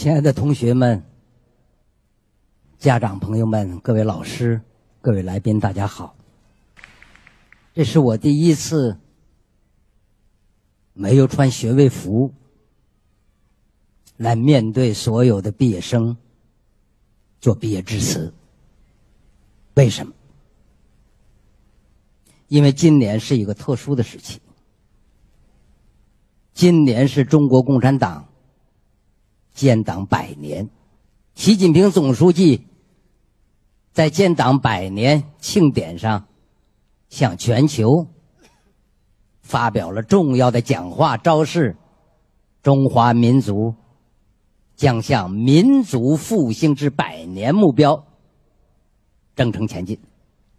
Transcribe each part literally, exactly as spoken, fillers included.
亲爱的同学们、家长朋友们、各位老师、各位来宾，大家好。这是我第一次没有穿学位服来面对所有的毕业生做毕业致辞。为什么？因为今年是一个特殊的时期，今年是中国共产党建党百年，习近平总书记在建党百年庆典上向全球发表了重要的讲话，昭示中华民族将向民族复兴之百年目标征程前进。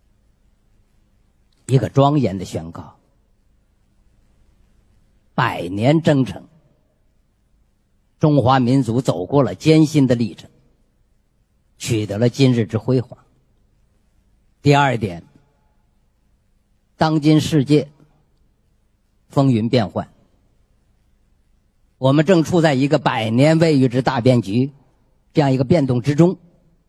一个庄严的宣告，百年征程，中华民族走过了艰辛的历程，取得了今日之辉煌。第二点，当今世界风云变幻，我们正处在一个百年未遇之大变局这样一个变动之中。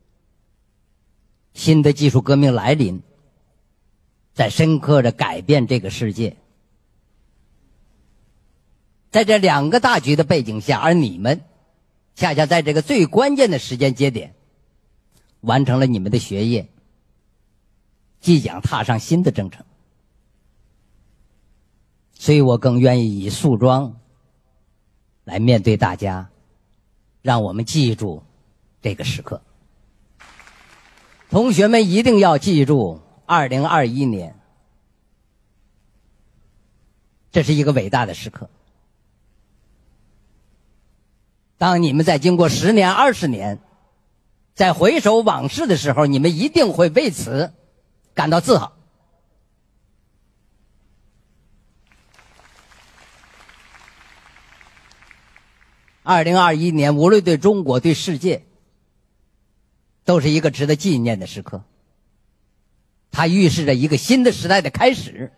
新的技术革命来临，在深刻地改变这个世界。在这两个大局的背景下，而你们恰恰在这个最关键的时间节点完成了你们的学业，即将踏上新的征程。所以我更愿意以素装来面对大家，让我们记住这个时刻。同学们一定要记住二零二一年，这是一个伟大的时刻。当你们在经过十年、二十年，在回首往事的时候，你们一定会为此感到自豪。二零二一年，无论对中国、对世界，都是一个值得纪念的时刻。它预示着一个新的时代的开始，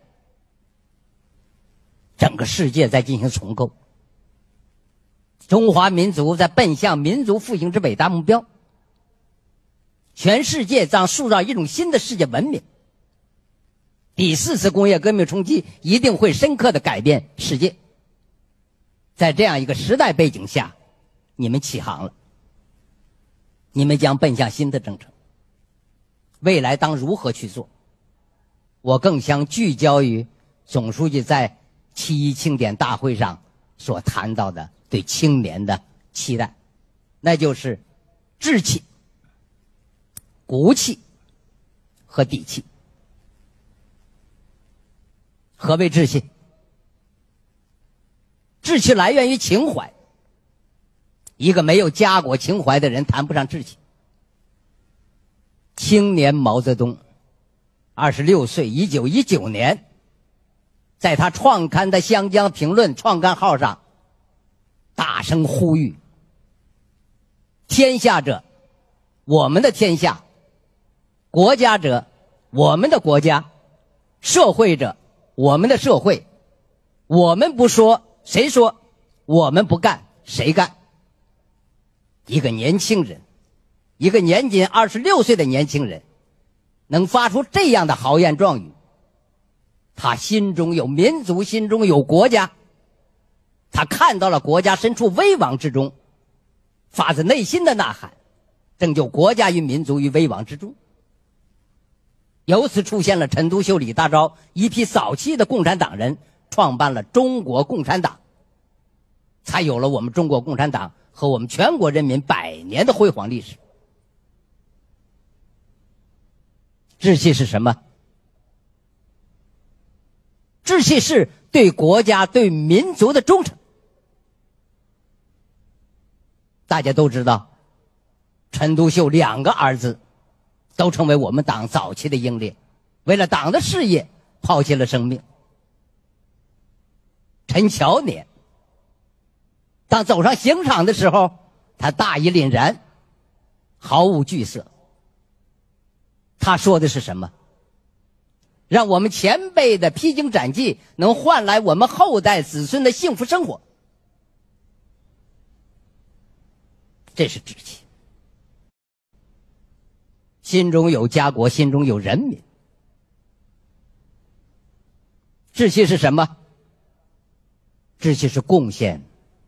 整个世界在进行重构。中华民族在奔向民族复兴之伟大目标，全世界将塑造一种新的世界文明。第四次工业革命冲击一定会深刻地改变世界。在这样一个时代背景下，你们起航了，你们将奔向新的征程。未来当如何去做？我更想聚焦于总书记在七一庆典大会上所谈到的对青年的期待，那就是志气、骨气和底气。何谓志气？志气来源于情怀，一个没有家国情怀的人谈不上志气。青年毛泽东二十六岁，一九一九年，在他创刊的《湘江评论》创刊号上大声呼吁：天下者，我们的天下；国家者，我们的国家；社会者，我们的社会。我们不说，谁说？我们不干，谁干？一个年轻人，一个年仅二十六岁的年轻人，能发出这样的豪言壮语，他心中有民族，心中有国家，他看到了国家身处危亡之中，发自内心的呐喊，拯救国家与民族于危亡之中。由此出现了陈独秀、李大钊一批早期的共产党人，创办了中国共产党，才有了我们中国共产党和我们全国人民百年的辉煌历史。志气是什么？志气是对国家、对民族的忠诚。大家都知道，陈独秀两个儿子都成为我们党早期的英烈，为了党的事业抛弃了生命。陈乔年当走上刑场的时候，他大义凛然，毫无惧色。他说的是什么？让我们前辈的披荆斩棘能换来我们后代子孙的幸福生活。 这是志气。心中有家国，心中有人民。志气是什么？志气是贡献。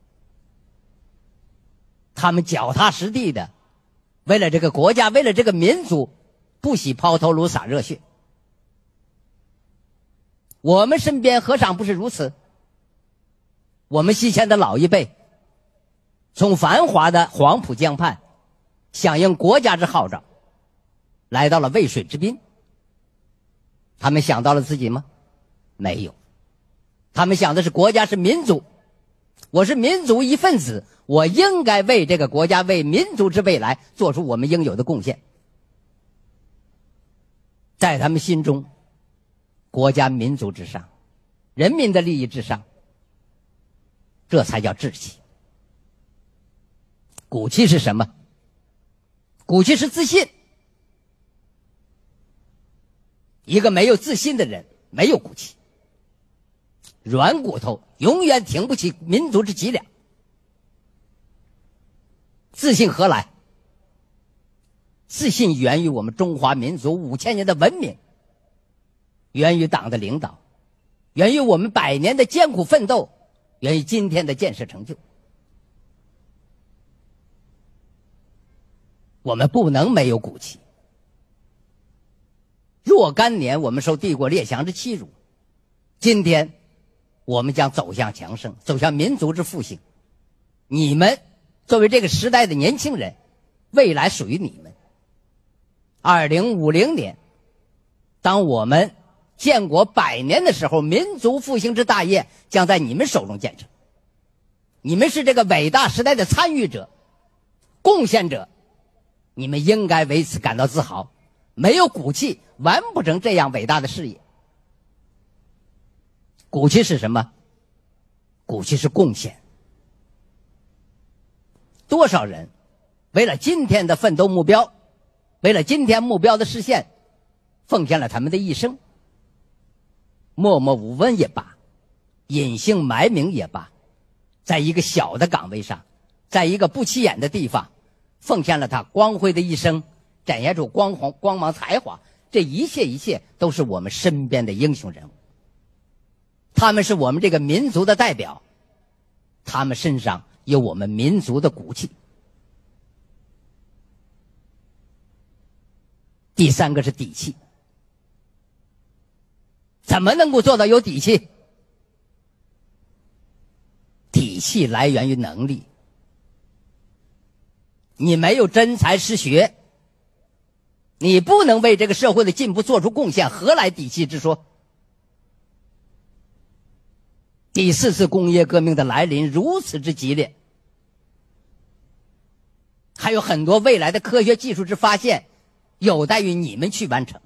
他们脚踏实地的，为了这个国家，为了这个民族，不惜抛头颅洒热血。我们身边何尝不是如此？我们西迁的老一辈，从繁华的黄浦江畔，响应国家之号召，来到了渭水之滨。他们想到了自己吗？没有。他们想的是国家是民族，我是民族一份子，我应该为这个国家，为民族之未来做出我们应有的贡献。在他们心中，国家民族之上，人民的利益之上，这才叫志气。骨气是什么？骨气是自信。一个没有自信的人，没有骨气，软骨头永远挺不起民族之脊梁。自信何来？自信源于我们中华民族五千年的文明，源于党的领导，源于我们百年的艰苦奋斗，源于今天的建设成就。我们不能没有骨气。若干年我们受帝国列强之欺辱，今天我们将走向强盛，走向民族之复兴。你们作为这个时代的年轻人，未来属于你们。二零五零年，当我们建国百年的时候，民族复兴之大业将在你们手中建成。你们是这个伟大时代的参与者、贡献者，你们应该为此感到自豪。没有骨气，完不成这样伟大的事业。骨气是什么？骨气是贡献。多少人为了今天的奋斗目标，为了今天目标的实现，奉献了他们的一生。默默无闻也罢，隐姓埋名也罢，在一个小的岗位上，在一个不起眼的地方，奉献了他光辉的一生，展现出光芒光芒才华。这一切一切都是我们身边的英雄人物，他们是我们这个民族的代表，他们身上有我们民族的骨气。第三个是底气。怎么能够做到有底气？底气来源于能力。你没有真才实学，你不能为这个社会的进步做出贡献，何来底气之说？第四次工业革命的来临如此之激烈，还有很多未来的科学技术之发现有待于你们去完成。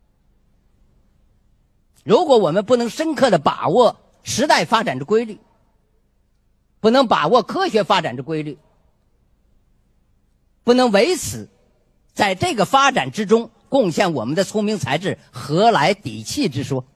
如果我们不能深刻的把握时代发展之规律，不能把握科学发展之规律，不能为此在这个发展之中贡献我们的聪明才智，何来底气之说？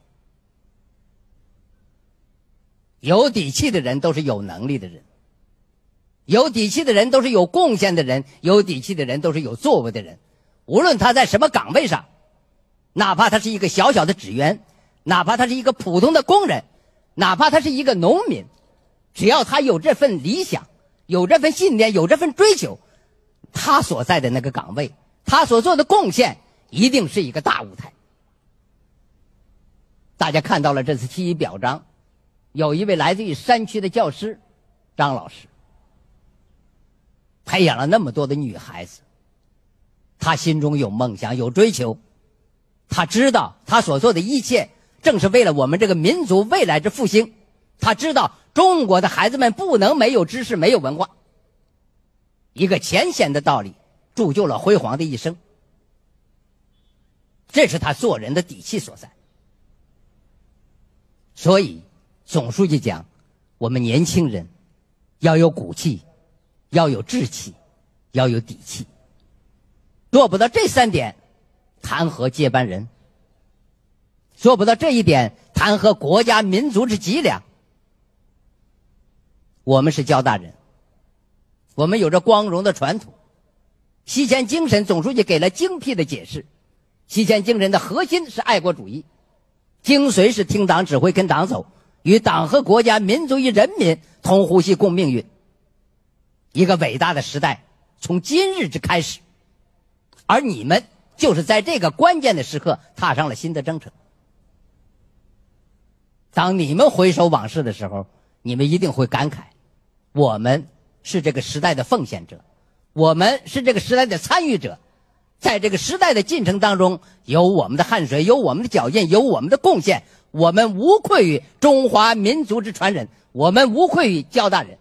有底气的人都是有能力的人，有底气的人都是有贡献的人，有底气的人都是有作为的人。无论他在什么岗位上，哪怕他是一个小小的职员，哪怕他是一个普通的工人，哪怕他是一个农民，只要他有这份理想，有这份信念，有这份追求，他所在的那个岗位，他所做的贡献一定是一个大舞台。大家看到了这次七一表彰，有一位来自于山区的教师张老师，培养了那么多的女孩子，他心中有梦想，有追求，他知道他所做的一切正是为了我们这个民族未来之复兴。他知道中国的孩子们不能没有知识，没有文化。一个浅显的道理铸就了辉煌的一生，这是他做人的底气所在。所以总书记讲，我们年轻人要有骨气，要有志气，要有底气。做不到这三点，谈何接班人？做不到这一点，谈何国家民族之脊梁？我们是交大人， 我们有着光荣的传统。西迁精神总书记给了精辟的解释，西迁精神的核心是爱国主义，精髓是听党指挥跟党走，与党和国家民族与人民同呼吸共命运。一个伟大的时代从今日之开始，而你们就是在这个关键的时刻踏上了新的征程。当你们回首往事的时候，你们一定会感慨，我们是这个时代的奉献者，我们是这个时代的参与者，在这个时代的进程当中，有我们的汗水，有我们的脚印，有我们的贡献，我们无愧于中华民族之传人，我们无愧于焦大人。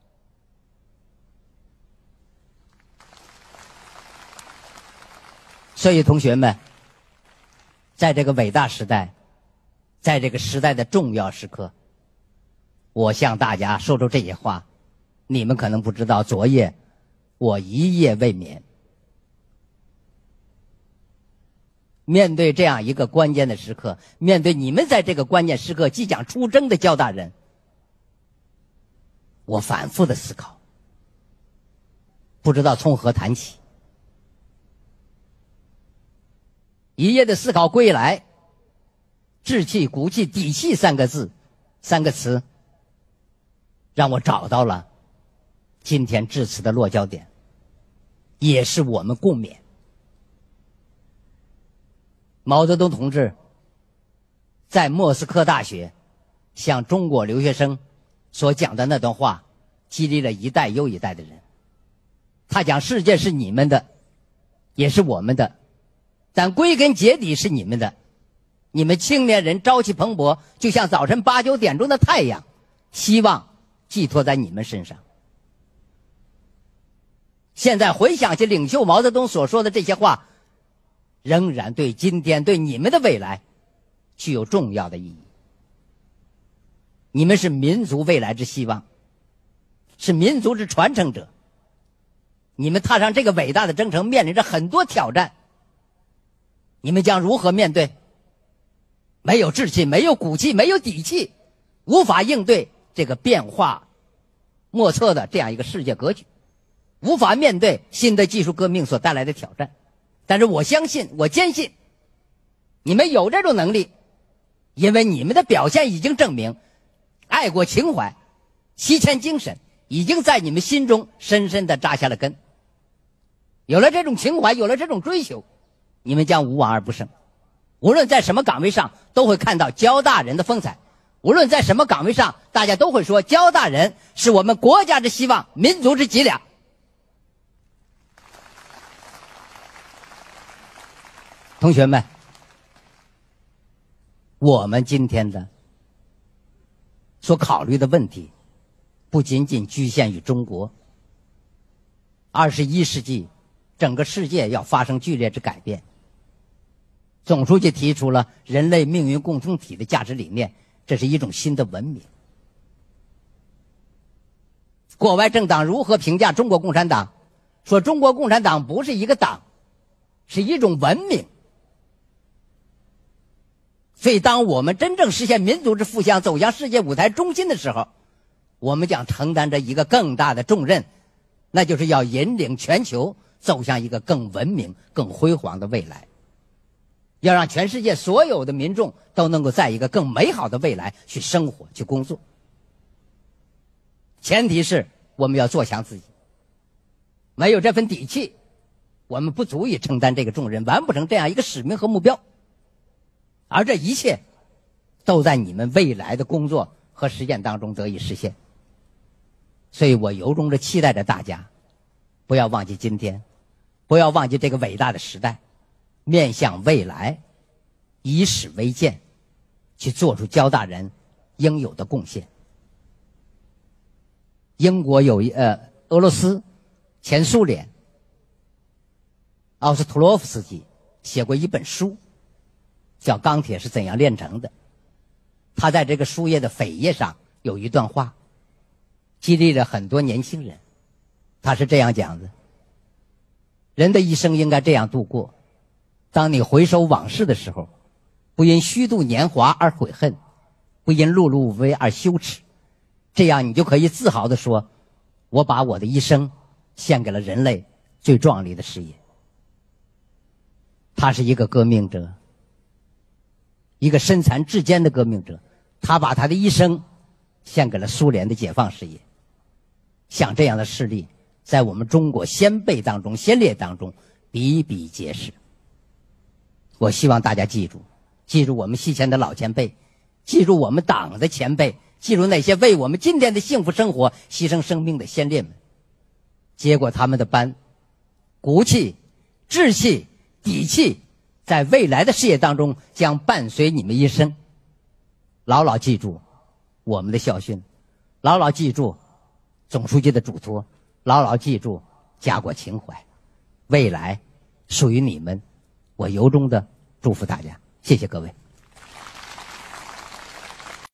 所以同学们，在这个伟大时代，在这个时代的重要时刻，我向大家说出这些话，你们可能不知道，昨夜我一夜未眠。面对这样一个关键的时刻，面对你们在这个关键时刻即将出征的焦大人，我反复的思考，不知道从何谈起。一夜的思考归来，志气、骨气、底气三个字，三个词，让我找到了今天致辞的落脚点，也是我们共勉。毛泽东同志在莫斯科大学向中国留学生所讲的那段话，激励了一代又一代的人。他讲世界是你们的，也是我们的，但归根结底是你们的。你们青年人朝气蓬勃，就像早晨八九点钟的太阳，希望寄托在你们身上。现在回想起领袖毛泽东所说的这些话，仍然对今天，对你们的未来具有重要的意义。你们是民族未来之希望，是民族之传承者。你们踏上这个伟大的征程，面临着很多挑战，你们将如何面对？没有志气，没有骨气，没有底气，无法应对这个变化莫测的这样一个世界格局，无法面对新的技术革命所带来的挑战。但是我相信，我坚信，你们有这种能力，因为你们的表现已经证明，爱国情怀、西迁精神已经在你们心中深深地扎下了根。有了这种情怀，有了这种追求，你们将无往而不胜。无论在什么岗位上，都会看到焦大人的风采。无论在什么岗位上，大家都会说焦大人是我们国家之希望，民族之脊梁。同学们，我们今天的所考虑的问题不仅仅局限于中国。二十一世纪，整个世界要发生剧烈之改变。总书记提出了人类命运共同体的价值理念，这是一种新的文明。国外政党如何评价中国共产党？说中国共产党不是一个党，是一种文明。所以当我们真正实现民族之复兴，走向世界舞台中心的时候，我们将承担着一个更大的重任，那就是要引领全球走向一个更文明、更辉煌的未来。要让全世界所有的民众都能够在一个更美好的未来去生活、去工作。前提是我们要做强自己，没有这份底气，我们不足以承担这个重任，完不成这样一个使命和目标。而这一切都在你们未来的工作和实践当中得以实现。所以我由衷的期待着大家，不要忘记今天，不要忘记这个伟大的时代，面向未来，以史为鉴，去做出焦大人应有的贡献。英国有一呃，俄罗斯前苏联奥斯特洛夫斯基写过一本书，叫《钢铁是怎样炼成的》。他在这个书页的扉页上有一段话，激励了很多年轻人。他是这样讲的：人的一生应该这样度过，当你回首往事的时候，不因虚度年华而悔恨，不因碌碌无为而羞耻，这样你就可以自豪地说，我把我的一生献给了人类最壮丽的事业。他是一个革命者，一个身残志坚的革命者，他把他的一生献给了苏联的解放事业。像这样的事例，在我们中国先辈当中、先烈当中比比皆是。我希望大家记住，记住我们西前的老前辈，记住我们党的前辈，记住那些为我们今天的幸福生活牺牲生命的先烈们。接过他们的班，骨气、志气、底气，在未来的事业当中将伴随你们一生。牢牢记住我们的校训，牢牢记住总书记的嘱托，牢牢记住家国情怀。未来属于你们，我由衷的祝福大家，谢谢各位。